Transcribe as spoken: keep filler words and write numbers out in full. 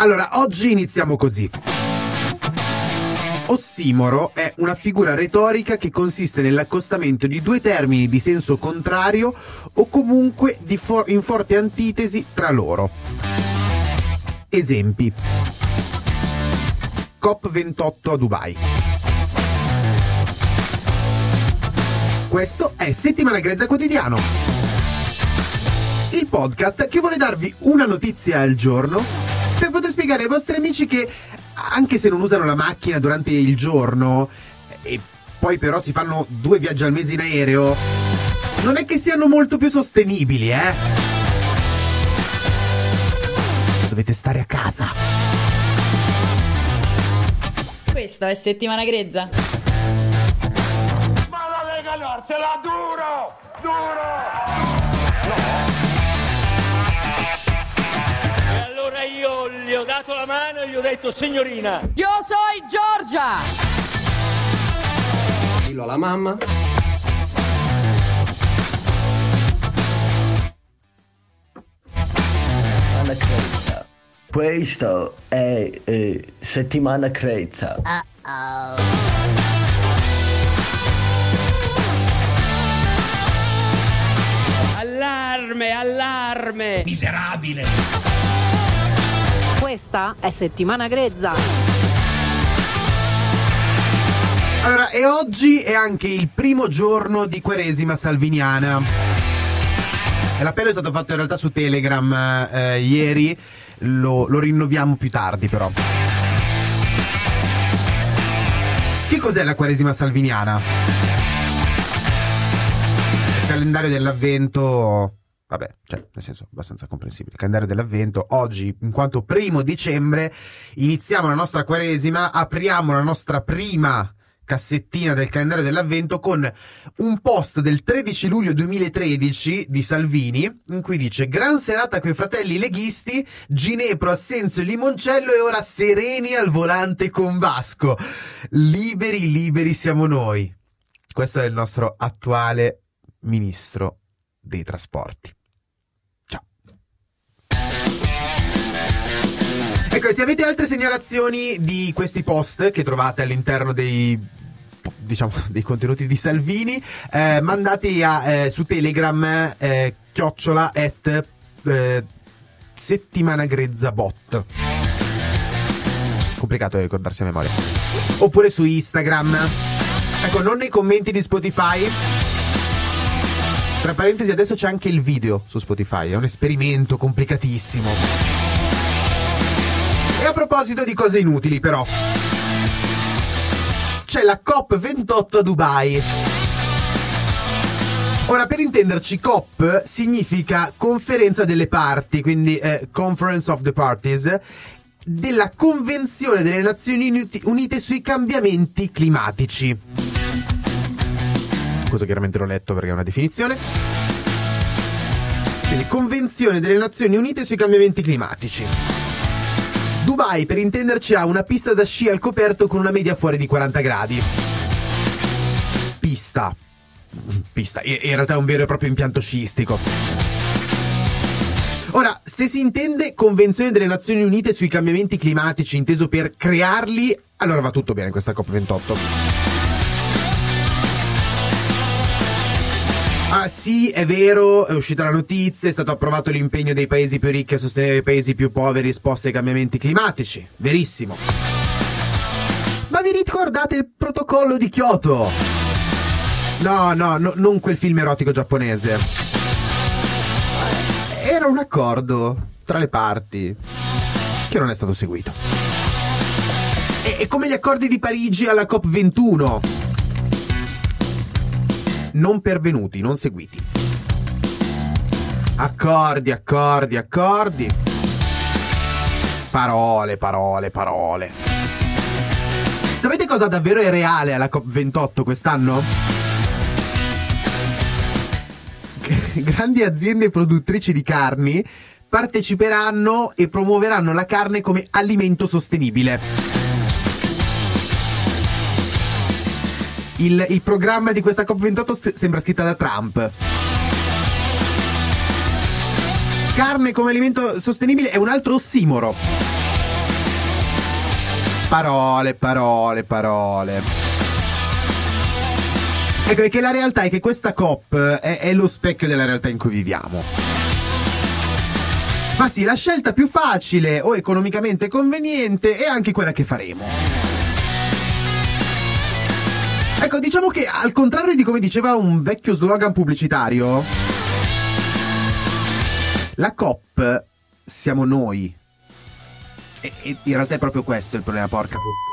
Allora, oggi iniziamo così. Ossimoro è una figura retorica che consiste nell'accostamento di due termini di senso contrario o comunque di for- in forte antitesi tra loro. Esempi: COP ventotto a Dubai. Questo è Settimana Grezza Quotidiano, il podcast che vuole darvi una notizia al giorno per poter spiegare ai vostri amici che, anche se non usano la macchina durante il giorno e poi però si fanno due viaggi al mese in aereo, non è che siano molto più sostenibili, eh? Dovete stare a casa. Questo è Settimana Grezza. Ma la Lega Nord te la duro! Duro! Io gli ho dato la mano e gli ho detto: signorina, io sono Giorgia. Dillo alla mamma. Settimana Grezza. Questo è eh, Settimana Grezza. Uh-oh. allarme, allarme, Miserabile! Questa è Settimana Grezza. Allora, e oggi è anche il primo giorno di Quaresima salviniana. E l'appello è stato fatto in realtà su Telegram eh, ieri, lo, lo rinnoviamo più tardi però. Che cos'è la Quaresima salviniana? Il calendario dell'Avvento... Vabbè, cioè, nel senso, abbastanza comprensibile. Il calendario dell'Avvento, oggi, in quanto primo dicembre, iniziamo la nostra Quaresima, apriamo la nostra prima cassettina del calendario dell'Avvento con un post del tredici luglio duemilatredici di Salvini, in cui dice: gran serata coi fratelli leghisti, Ginepro, Assenzio e Limoncello e ora sereni al volante con Vasco. Liberi, liberi siamo noi. Questo è il nostro attuale ministro dei trasporti. Ecco, se avete altre segnalazioni di questi post che trovate all'interno dei, diciamo, dei contenuti di Salvini, eh, mandati a, eh, su Telegram eh, chiocciola at eh, settimana grezza bot. Complicato da ricordarsi a memoria. Oppure su Instagram. Ecco, non nei commenti di Spotify. Tra parentesi, adesso c'è anche il video su Spotify, è un esperimento complicatissimo. E a proposito di cose inutili, però, c'è la COP ventotto a Dubai. Ora, per intenderci, COP significa conferenza delle parti, quindi eh, Conference of the Parties, della Convenzione delle Nazioni Unite sui cambiamenti climatici. Questo chiaramente l'ho letto perché è una definizione. Quindi, Convenzione delle Nazioni Unite sui cambiamenti climatici. Dubai, per intenderci, ha una pista da sci al coperto con una media fuori di quaranta gradi. Pista. Pista. In realtà è un vero e proprio impianto sciistico. Ora, se si intende Convenzione delle Nazioni Unite sui cambiamenti climatici inteso per crearli, allora va tutto bene questa COP ventotto. Ah sì, è vero, è uscita la notizia, è stato approvato l'impegno dei paesi più ricchi a sostenere i paesi più poveri esposti ai cambiamenti climatici. Verissimo. Ma vi ricordate il protocollo di Kyoto? No, no, no, non quel film erotico giapponese. Era un accordo tra le parti che non è stato seguito. E, e come gli accordi di Parigi alla COP ventuno. Non pervenuti, non seguiti. Accordi, accordi, accordi. Parole, parole, parole. Sapete cosa davvero è reale alla COP ventotto quest'anno? Grandi aziende produttrici di carni parteciperanno e promuoveranno la carne come alimento sostenibile. Il, il programma di questa COP ventotto se- sembra scritta da Trump. Carne come alimento sostenibile è un altro ossimoro. Parole, parole, parole. Ecco, è che la realtà è che questa COP è, è lo specchio della realtà in cui viviamo. Ma sì, la scelta più facile o economicamente conveniente è anche quella che faremo. Ecco, diciamo che al contrario di come diceva un vecchio slogan pubblicitario, la COP siamo noi. E, e in realtà è proprio questo il problema, porca puttana.